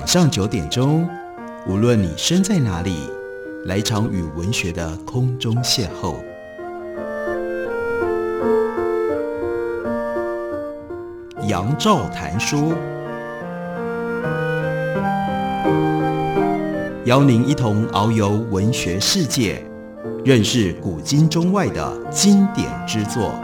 晚上9点钟，无论你身在哪里，来一场与文学的空中邂逅。杨照谈书，邀您一同遨游文学世界，认识古今中外的经典之作。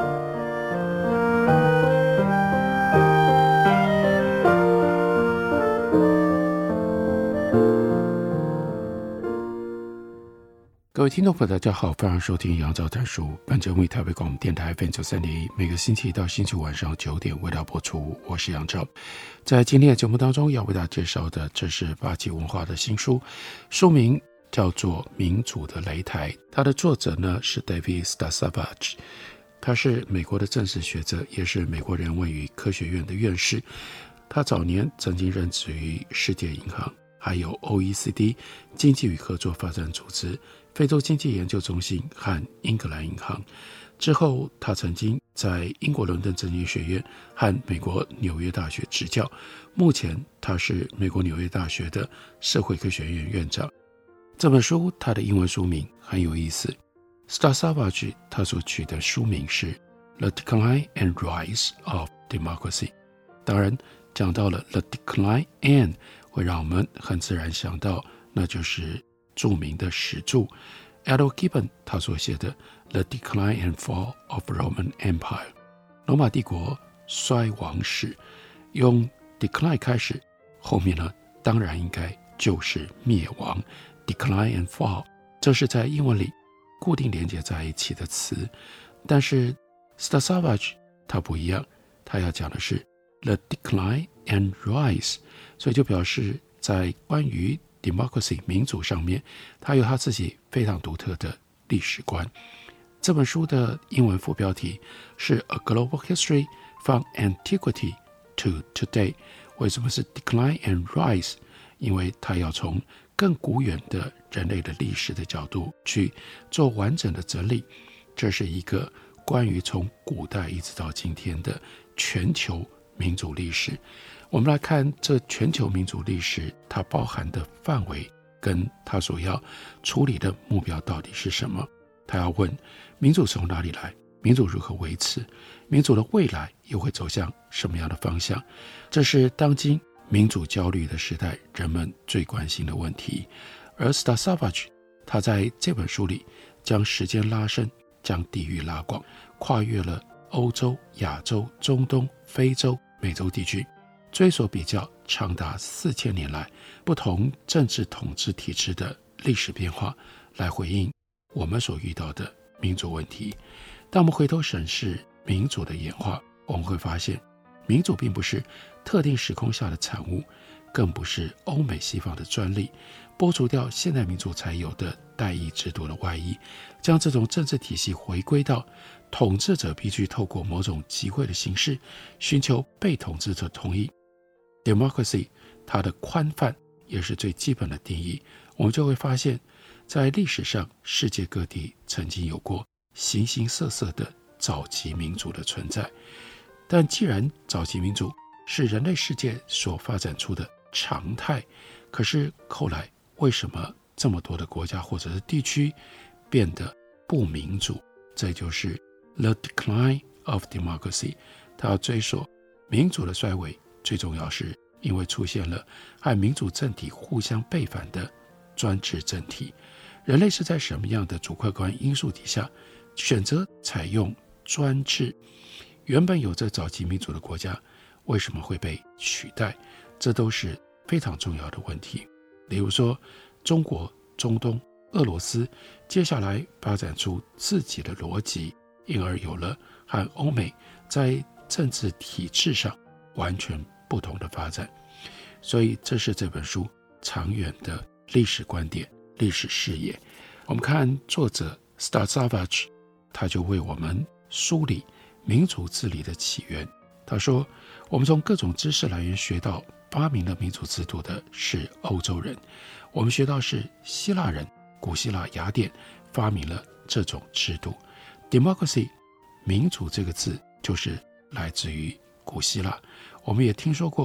各位听众朋友大家好，欢迎收听杨照谈书。本节目以台北广播电台 FM93.1每个星期一到星期五晚上9点为大家播出，我是杨照。在今天的节目当中要为大家介绍的，这是八旗文化的新书，书名叫做《民主的擂台》，它的作者呢是 David Stasavage， 他是美国的政治学者，也是美国人文与科学院的院士。他早年曾经任职于世界银行，还有 OECD 经济与合作发展组织、非洲经济研究中心和英格兰银行。之后他曾经在英国伦敦政经学院和美国纽约大学执教，目前他是美国纽约大学的社会科学院院长。这本书它的英文书名很有意思， Stasavage 他所取的书名是 The Decline and Rise of Democracy。 当然讲到了 The Decline and 会让我们很自然想到，那就是著名的史著 Edward Gibbon 他所写的 The Decline and Fall of Roman Empire， 罗马帝国衰亡史。用 decline 开始，后面呢当然应该就是灭亡， Decline and Fall 这是在英文里固定连接在一起的词。但是 Stasavage 他不一样，他要讲的是 The Decline and Rise， 所以就表示在关于 democracy 民主上面，他有他自己非常独特的历史观。这本书的英文副标题是 A Global History from Antiquity to Today。 为什么是 Decline and Rise？ 因为他要从更古远的人类的历史的角度去做完整的整理。这是一个关于从古代一直到今天的全球民主历史。我们来看这全球民主历史，它包含的范围跟它所要处理的目标到底是什么。他要问民主从哪里来，民主如何维持，民主的未来又会走向什么样的方向。这是当今民主焦虑的时代人们最关心的问题。而 Stasavage 他在这本书里将时间拉伸，将地域拉广，跨越了欧洲、亚洲、中东、非洲、美洲地区，追索比较长达4000年来不同政治统治体制的历史变化，来回应我们所遇到的民主问题。当我们回头审视民主的演化，我们会发现民主并不是特定时空下的产物，更不是欧美西方的专利。剥除掉现代民主才有的代议制度的外衣，将这种政治体系回归到统治者必须透过某种集会的形式寻求被统治者同意。 Democracy 它的宽泛也是最基本的定义。我们就会发现在历史上世界各地曾经有过形形色色的早期民主的存在，但既然早期民主是人类世界所发展出的常态，可是后来为什么这么多的国家或者是地区变得不民主？这就是 The Decline of Democracy。 它要追溯民主的衰微，最重要是因为出现了和民主政体互相背反的专制政体。人类是在什么样的主客观因素底下选择采用专制？原本有着早期民主的国家为什么会被取代？这都是非常重要的问题。例如说中国、中东、俄罗斯接下来发展出自己的逻辑，因而有了和欧美在政治体制上完全不同的发展。所以这是这本书长远的历史观点、历史视野。我们看作者 Stasavage， 他就为我们梳理民主治理的起源。他说，我们从各种知识来源学到，发明了民主制度的是欧洲人。我们学到是希腊人，古希腊雅典发明了这种制度。 Democracy 民主这个字就是来自于古希腊。我们也听说过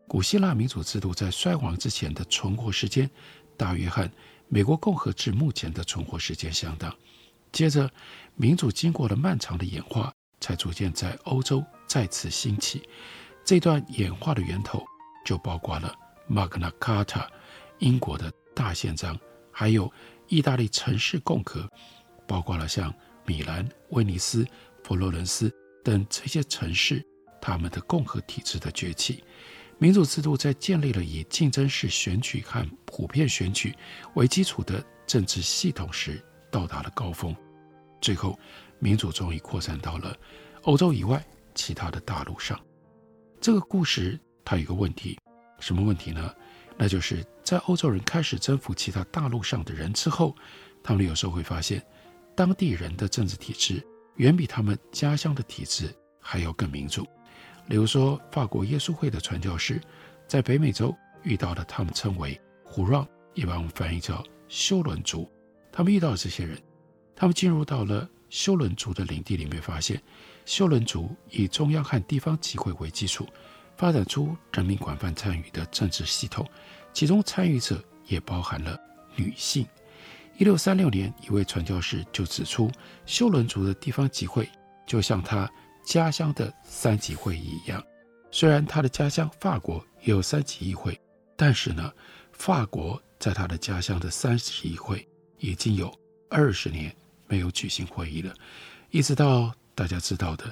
古希腊民主制度在衰亡之前的存活时间大约和美国共和制目前的存活时间相当。接着，民主经过了漫长的演化，才逐渐在欧洲再次兴起。这段演化的源头就包括了 Magna Carta 英国的大宪章，还有意大利城市共和，包括了像米兰、威尼斯、佛罗伦斯等这些城市，他们的共和体制的崛起。民主制度在建立了以竞争式选举和普遍选举为基础的政治系统时到达了高峰。最后，民主终于扩散到了欧洲以外其他的大陆上。这个故事它有一个问题，什么问题呢？那就是在欧洲人开始征服其他大陆上的人之后，他们有时候会发现当地人的政治体制远比他们家乡的体制还要更民主。例如说，法国耶稣会的传教士在北美洲遇到了他们称为胡让，一般我们翻译叫休伦族。他们遇到了这些人，他们进入到了休伦族的领地里面，发现休伦族以中央和地方集会为基础，发展出人民广泛参与的政治系统，其中参与者也包含了女性。1636年，一位传教士就指出，休伦族的地方集会就像他家乡的三级会议一样。虽然他的家乡法国也有三级议会，但是呢，法国在他的家乡的三级议会已经有20年没有举行会议了，一直到大家知道的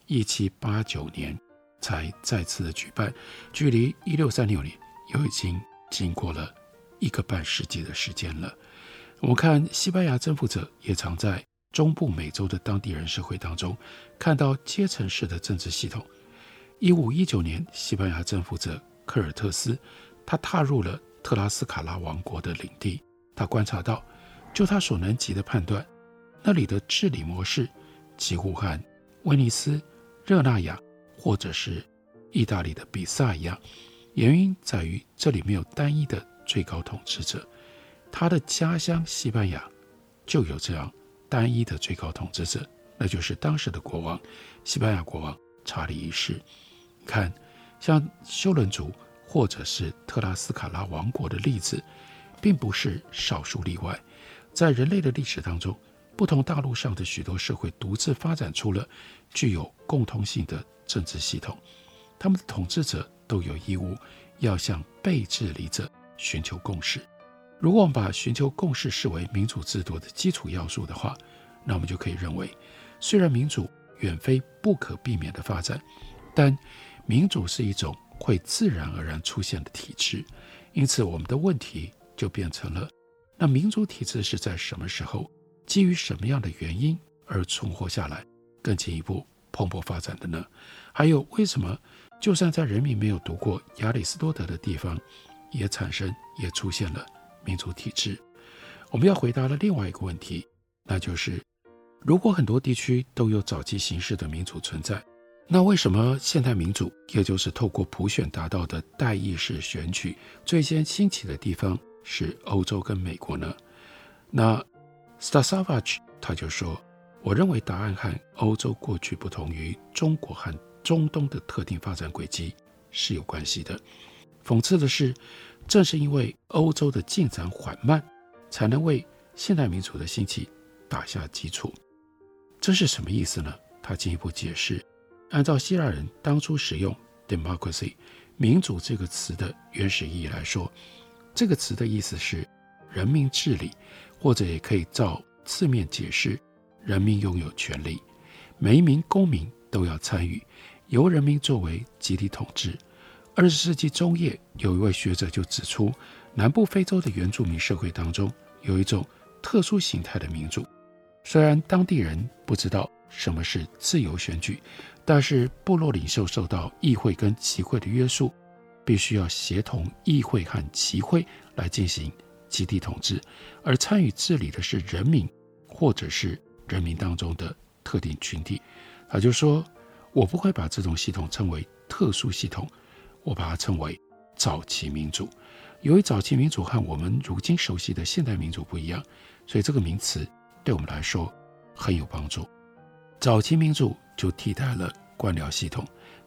1789年才再次的举办，距离1636年又已经经过了1个半世纪的时间了。我们看西班牙征服者也常在中部美洲的当地人社会当中看到阶层式的政治系统。1519年，西班牙征服者科尔特斯他踏入了特拉斯卡拉王国的领地，他观察到，就他所能及的判断，那里的治理模式几乎和威尼斯、热那亚或者是意大利的比萨一样。原因在于这里没有单一的最高统治者。他的家乡西班牙就有这样单一的最高统治者，那就是当时的国王，西班牙国王查理一世。看，像休伦族或者是特拉斯卡拉王国的例子，并不是少数例外。在人类的历史当中，不同大陆上的许多社会独自发展出了具有共通性的政治系统，他们的统治者都有义务要向被治理者寻求共识。如果我们把寻求共识视为民主制度的基础要素的话，那我们就可以认为，虽然民主远非不可避免的发展，但民主是一种会自然而然出现的体制。因此我们的问题就变成了，那民主体制是在什么时候，基于什么样的原因而存活下来，更进一步蓬勃发展的呢？还有，为什么就算在人民没有读过亚里士多德的地方，也出现了民主体制？我们要回答了另外一个问题，那就是如果很多地区都有早期形式的民主存在，那为什么现代民主，也就是透过普选达到的代议式选举，最先兴起的地方是欧洲跟美国呢？那 Stasavage 他就说，我认为答案和欧洲过去不同于中国和中东的特定发展轨迹是有关系的。讽刺的是，正是因为欧洲的进展缓慢，才能为现代民主的兴起打下基础。这是什么意思呢？他进一步解释，按照希腊人当初使用 democracy 民主这个词的原始意义来说，这个词的意思是人民治理，或者也可以照字面解释，人民拥有权利，每一名公民都要参与，由人民作为集体统治。20世纪中叶，有一位学者就指出，南部非洲的原住民社会当中有一种特殊形态的民主。虽然当地人不知道什么是自由选举，但是部落领袖受到议会跟集会的约束，必须要协同议会和集会来进行集体统治，而参与治理的是人民，或者是人民当中的特定群体。他就说，我不会把这种系统称为特殊系统，我把它称为早期民主。由于早期民主和我们如今熟悉的现代民主不一样，所以这个名词对我们来说很有帮助。早期民主就替代了官僚系统，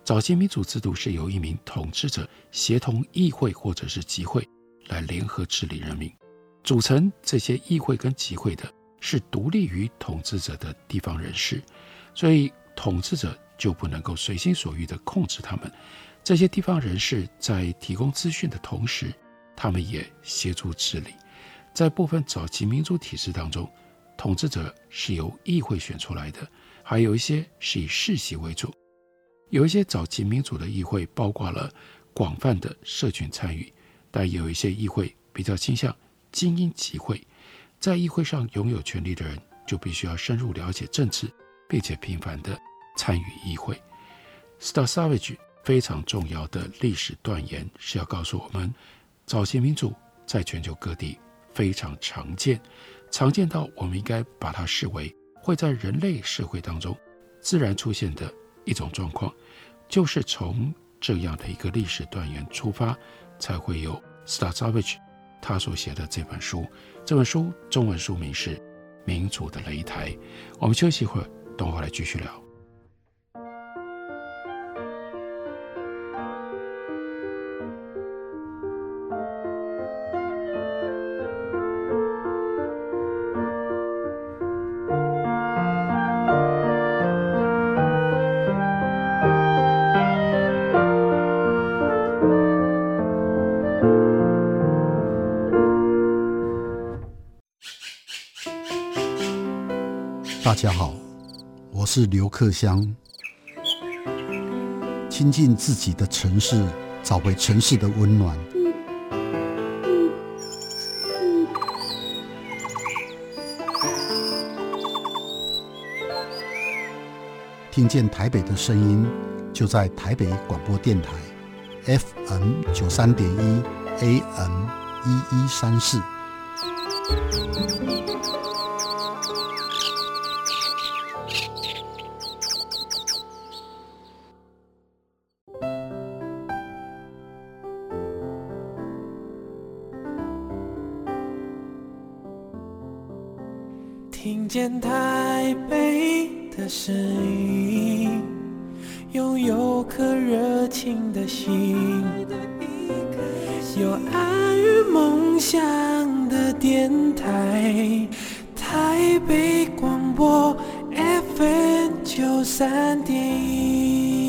早期民主制度是由一名统治者协同议会或者是集会来联合治理人民，组成这些议会跟集会的是独立于统治者的地方人士，所以统治者就不能够随心所欲地控制他们。这些地方人士在提供资讯的同时，他们也协助治理。在部分早期民主体制当中，统治者是由议会选出来的，还有一些是以世袭为主。有一些早期民主的议会包括了广泛的社群参与，但有一些议会比较倾向精英集会。在议会上拥有权力的人就必须要深入了解政治，并且频繁地参与议会。 Stasavage 非常重要的历史断言是要告诉我们，早期民主在全球各地非常常见，常见到我们应该把它视为会在人类社会当中自然出现的一种状况。就是从这样的一个历史断言出发，才会有 Stasavage 他所写的这本书。这本书中文书名是《民主的擂台》。我们休息一会儿，等会儿来继续聊。 大家好，我是刘克襄。亲近自己的城市，找回城市的温暖。听见台北的声音，就在台北广播电台 FM 93.1 AM 1134。 听见台北的声音，拥有颗热情的心，有爱与梦想的电台，台北广播 FM 93.1。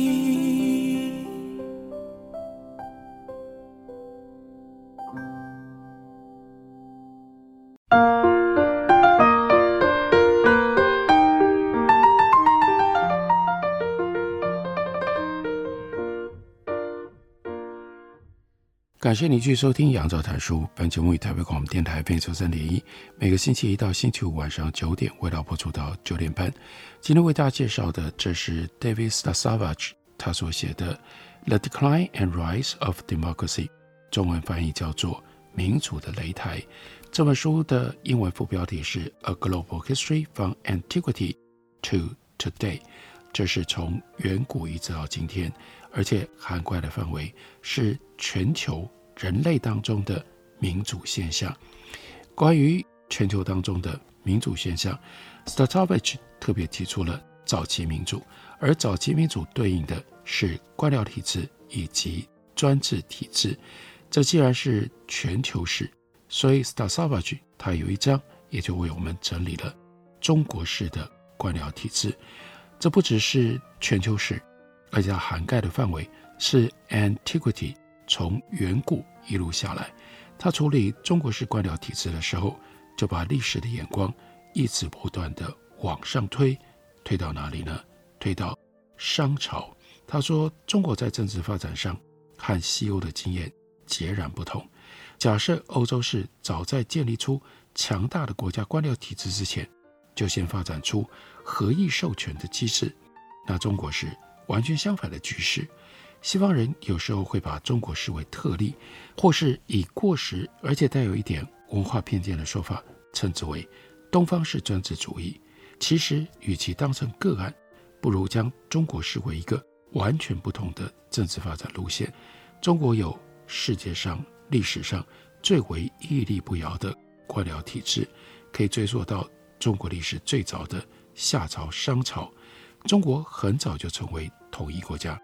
感谢你继续收听杨照谈书，本节目以台北广播电台 FM 93.1，每个星期一到星期五晚上9点为大家播出到9点半。今天为大家介绍的，这是 David Stasavage 他所写的 The Decline and Rise of Democracy， 中文翻译叫做《民主的擂台》。这本书的英文副标题是 A Global History from Antiquity to Today， 这是从远古一直到今天，而且涵盖的范围是全球人类当中的民主现象。关于全球当中的民主现象， Stasavage 特别提出了早期民主，而早期民主对应的是官僚体制以及专制体制。这既然是全球史，所以 Stasavage 他有一章也就为我们整理了中国式的官僚体制。这不只是全球史，而且它涵盖的范围是 Antiquity， 从远古一路下来。他处理中国式官僚体制的时候，就把历史的眼光一直不断的往上推到哪里呢？推到商朝。他说中国在政治发展上和西欧的经验截然不同。假设欧洲是早在建立出强大的国家官僚体制之前，就先发展出合议授权的机制，那中国是完全相反的局势。西方人有时候会把中国视为特例，或是以过时而且带有一点文化偏见的说法，称之为东方式专制主义。其实与其当成个案，不如将中国视为一个完全不同的政治发展路线。中国有世界上历史上最为屹立不摇的官僚体制，可以追溯到中国历史最早的夏朝、商朝。中国很早就成为统一国家，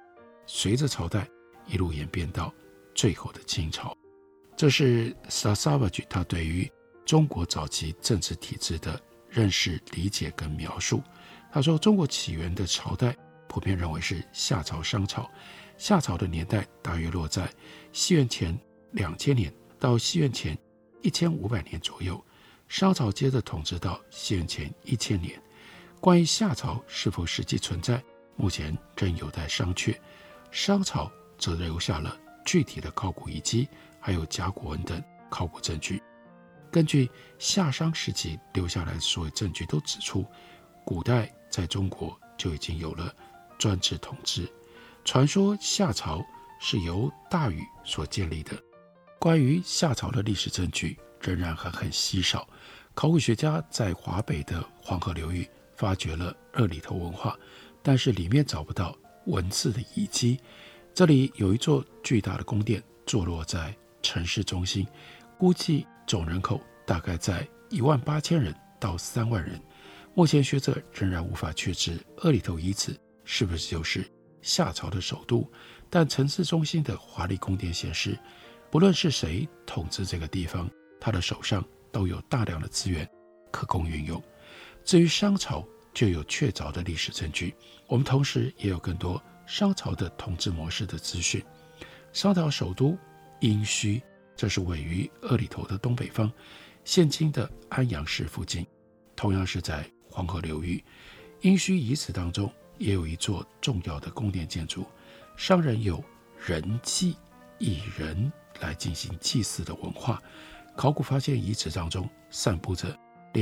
随着朝代一路演变到最后的清朝。这是 Sasavage 他对于中国早期政治体制的认识、理解跟描述。他说，中国起源的朝代普遍认为是夏朝、商朝。夏朝的年代大约落在西元前2000年到西元前1500年左右，商朝接着统治到西元前1000年。关于夏朝是否实际存在，目前仍有待商榷。商朝则留下了具体的考古遗迹，还有甲骨文等考古证据。根据夏商时期留下来的所有证据都指出，古代在中国就已经有了专制统治。传说夏朝是由大禹所建立的。关于夏朝的历史证据仍然还很稀少。考古学家在华北的黄河流域发掘了二里头文化，但是里面找不到文字的遗迹。这里有一座巨大的宫殿坐落在城市中心，估计总人口大概在18000人到3万人。目前学者仍然无法确知二里头遗址是不是就是夏朝的首都，但城市中心的华丽宫殿显示，不论是谁统治这个地方，他的手上都有大量的资源可供运用。至于商朝，就有确凿的历史证据，我们同时也有更多商朝的统治模式的资讯。商朝首都殷墟，这是位于二里头的东北方，现今的安阳市附近，同样是在黄河流域。殷墟遗址当中也有一座重要的宫殿建筑，商人有人祭，以人来进行祭祀的文化。考古发现遗址当中散布着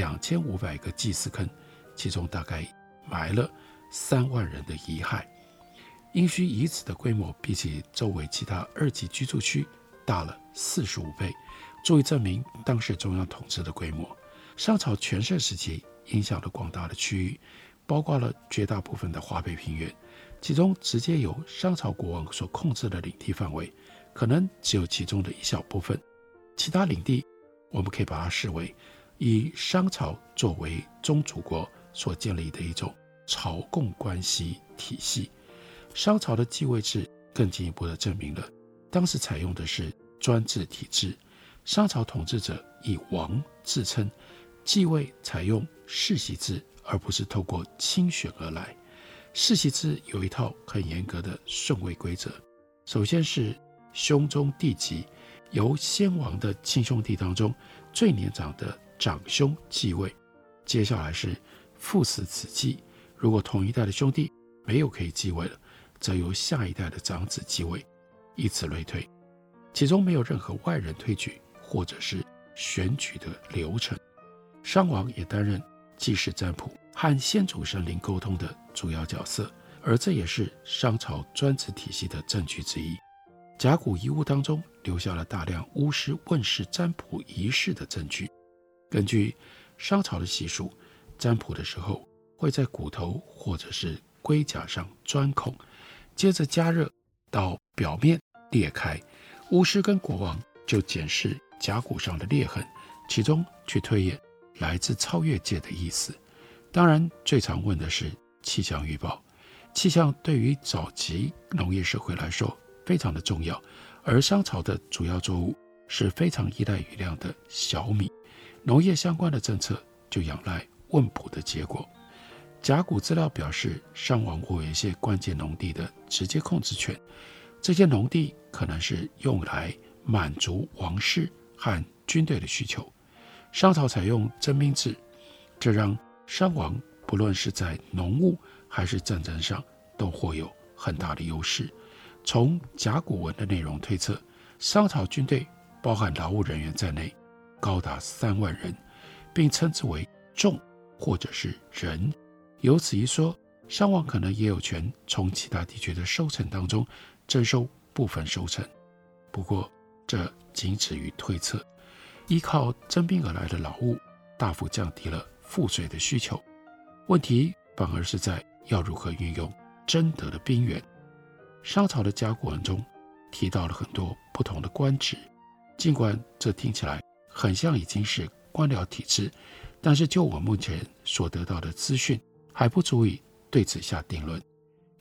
2500个祭祀坑，其中大概埋了3万人的遗骸。殷墟遗址的规模比起周围其他2级居住区大了45倍，足以证明当时中央统治的规模。商朝全盛时期影响了广大的区域，包括了绝大部分的华北平原，其中直接由商朝国王所控制的领地范围可能只有其中的一小部分。其他领地我们可以把它视为以商朝作为宗主国所建立的一种朝贡关系体系。商朝的继位制更进一步地证明了当时采用的是专制体制，商朝统治者以王自称，继位采用世袭制而不是透过亲选而来。世袭制有一套很严格的顺位规则，首先是兄终弟及，由先王的亲兄弟当中最年长的长兄继位，接下来是父死子继，如果同一代的兄弟没有可以继位了，则由下一代的长子继位，以此类推。其中没有任何外人推举或者是选举的流程。商王也担任祭祀占卜和先祖神灵沟通的主要角色，而这也是商朝专制体系的证据之一。甲骨遗物当中留下了大量巫师问世占卜仪式的证据。根据商朝的习俗，占卜的时候会在骨头或者是龟甲上钻孔，接着加热到表面裂开，巫师跟国王就检视甲骨上的裂痕，其中去推演来自超越界的意思。当然最常问的是气象预报。气象对于早期农业社会来说非常的重要，而商朝的主要作物是非常依赖雨量的小米，农业相关的政策就仰赖问卜的结果。甲骨资料表示，商王握有一些关键农地的直接控制权，这些农地可能是用来满足王室和军队的需求。商朝采用征兵制，这让商王不论是在农务还是战争上都获有很大的优势。从甲骨文的内容推测，商朝军队包含劳务人员在内高达3万人，并称之为众或者是人。由此一说，商王可能也有权从其他地区的收成当中征收部分收成。不过这仅止于推测，依靠征兵而来的劳务大幅降低了赋税的需求，问题反而是在要如何运用征得的兵源。商朝的甲骨文中提到了很多不同的官职，尽管这听起来很像已经是官僚体制，但是就我目前所得到的资讯还不足以对此下定论。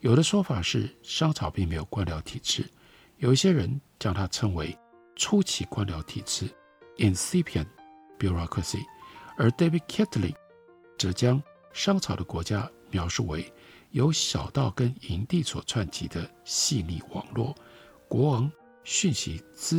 有的说法是商朝并没有官僚体制，有一些人将它称为初期官僚体制 incipient bureaucracy， 而 David Catlin 则将商朝的国家描述为由小道跟营地所串起的细腻网络，国王讯息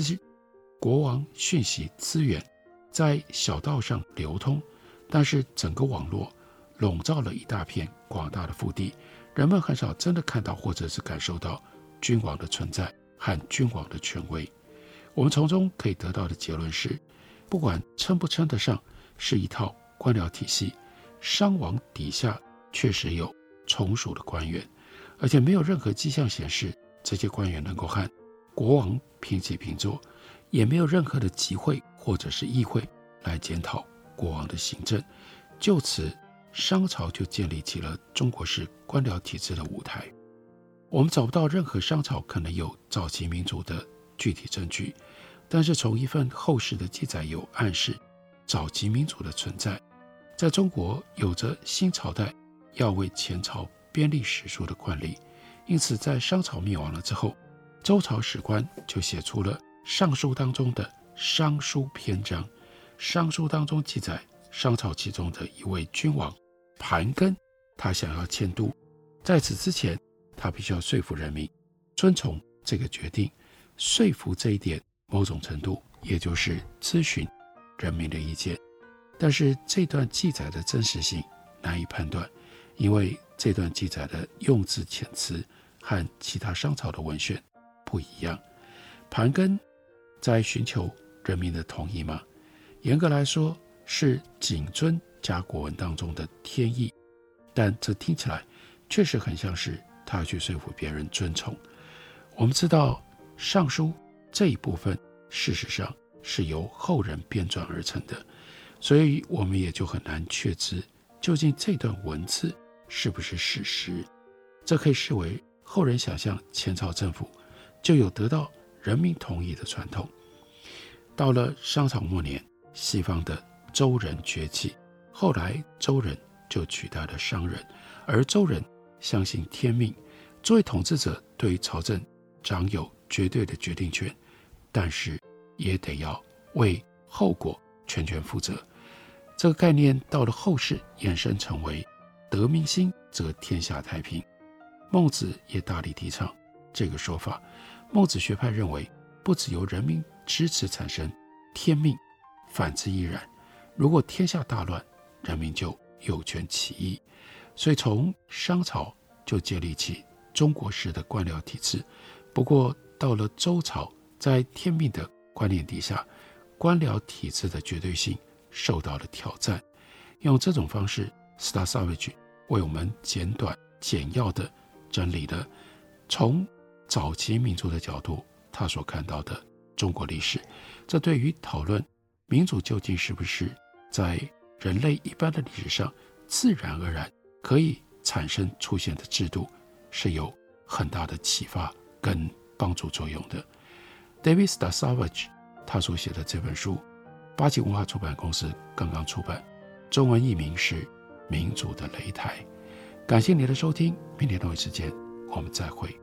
资源在小道上流通，但是整个网络笼罩了一大片广大的腹地，人们很少真的看到或者是感受到君王的存在和君王的权威。我们从中可以得到的结论是，不管称不称得上是一套官僚体系，商王底下确实有从属的官员，而且没有任何迹象显示这些官员能够和国王平起平坐，也没有任何的集会或者是议会来检讨国王的行政。就此，商朝就建立起了中国式官僚体制的舞台。我们找不到任何商朝可能有早期民主的具体证据，但是从一份后世的记载有暗示早期民主的存在。在中国有着新朝代要为前朝编立史书的惯例，因此在商朝灭亡了之后，周朝史官就写出了尚书当中的商书篇章。商书当中记载，商朝其中的一位君王盘庚，他想要迁都，在此之前他必须要说服人民遵从这个决定。说服这一点某种程度也就是咨询人民的意见，但是这段记载的真实性难以判断，因为这段记载的用字遣词和其他商朝的文献不一样。盘庚在寻求人民的同意吗？严格来说是谨遵甲骨文当中的天意，但这听起来确实很像是他去说服别人遵从。我们知道尚书这一部分事实上是由后人编撰而成的，所以我们也就很难确知究竟这段文字是不是史实。这可以视为后人想象前朝政府就有得到人民同意的传统。到了商朝末年，西方的周人崛起，后来周人就取代了商人，而周人相信天命，作为统治者对于朝政掌有绝对的决定权，但是也得要为后果全权负责。这个概念到了后世衍生成为得民心则天下太平。孟子也大力提倡这个说法。孟子学派认为，不只由人民支持产生天命，反之亦然。如果天下大乱，人民就有权起义。所以从商朝就建立起中国式的官僚体制。不过到了周朝，在天命的观念底下，官僚体制的绝对性受到了挑战。用这种方式， Stasavage 为我们简短简要的整理了从早期民族的角度他所看到的中国历史。这对于讨论民主究竟是不是在人类一般的历史上自然而然可以产生出现的制度，是有很大的启发跟帮助作用的。 David Stasavage 他所写的这本书，八旗文化出版公司刚刚出版，中文译名是《民主的擂台》。感谢你的收听，明天同一时间我们再会。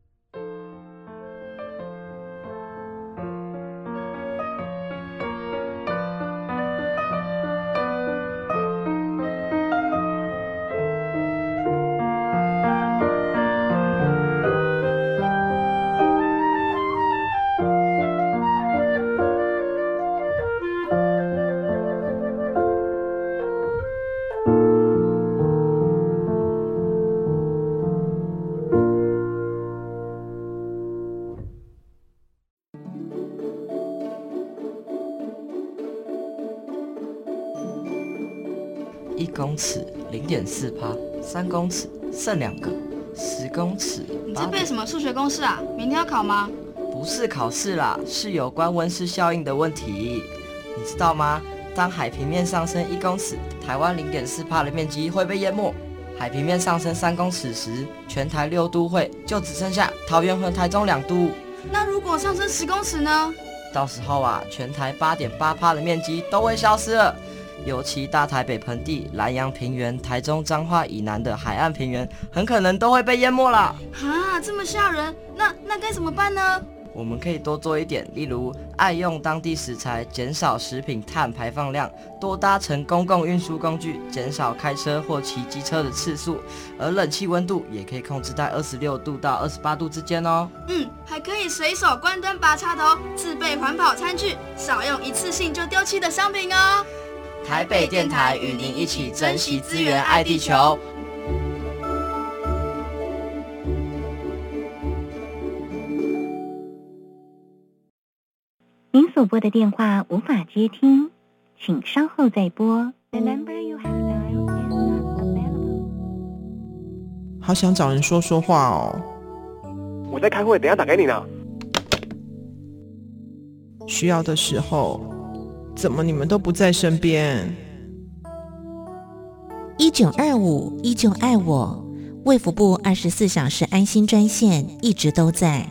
1公尺 0.4%， 3公尺剩2个，10公尺。 你在背什么数学公式啊？明天要考吗？ 不是考试啦，是有关温室效应的问题。你知道吗？当海平面上升1公尺，台湾 0.4% 的面积会被淹没；海平面上升3公尺时，全台6都会就只剩下桃园和台中2都。 那如果上升10公尺呢？ 到时候啊，全台8.8%的面积都会消失了。 尤其大台北盆地、南洋平原、台中彰化以南的海岸平原，很可能都会被淹没啦。 这么吓人，那该怎么办呢？ 我们可以多做一点，例如爱用当地食材，减少食品碳排放量，多搭乘公共运输工具，减少开车或骑机车的次数，而冷气温度也可以控制在26度到28度之间哦。 还可以随手关灯拔插头，自备环保餐具，少用一次性就丢弃的商品哦。 台北电台与您一起珍惜资源，爱地球。 您所拨的电话无法接听，请稍后再拨。The number you have dialed is not available. 好想找人说说话哦。 我在开会，等一下打给你呢。 需要的时候，怎么你们都不在身边 ？1925依旧爱我，卫福部24小时安心专线一直都在。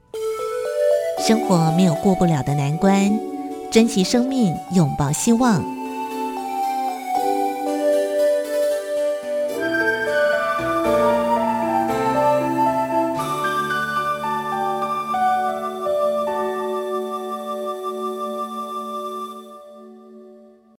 生活没有过不了的难关，珍惜生命，拥抱希望。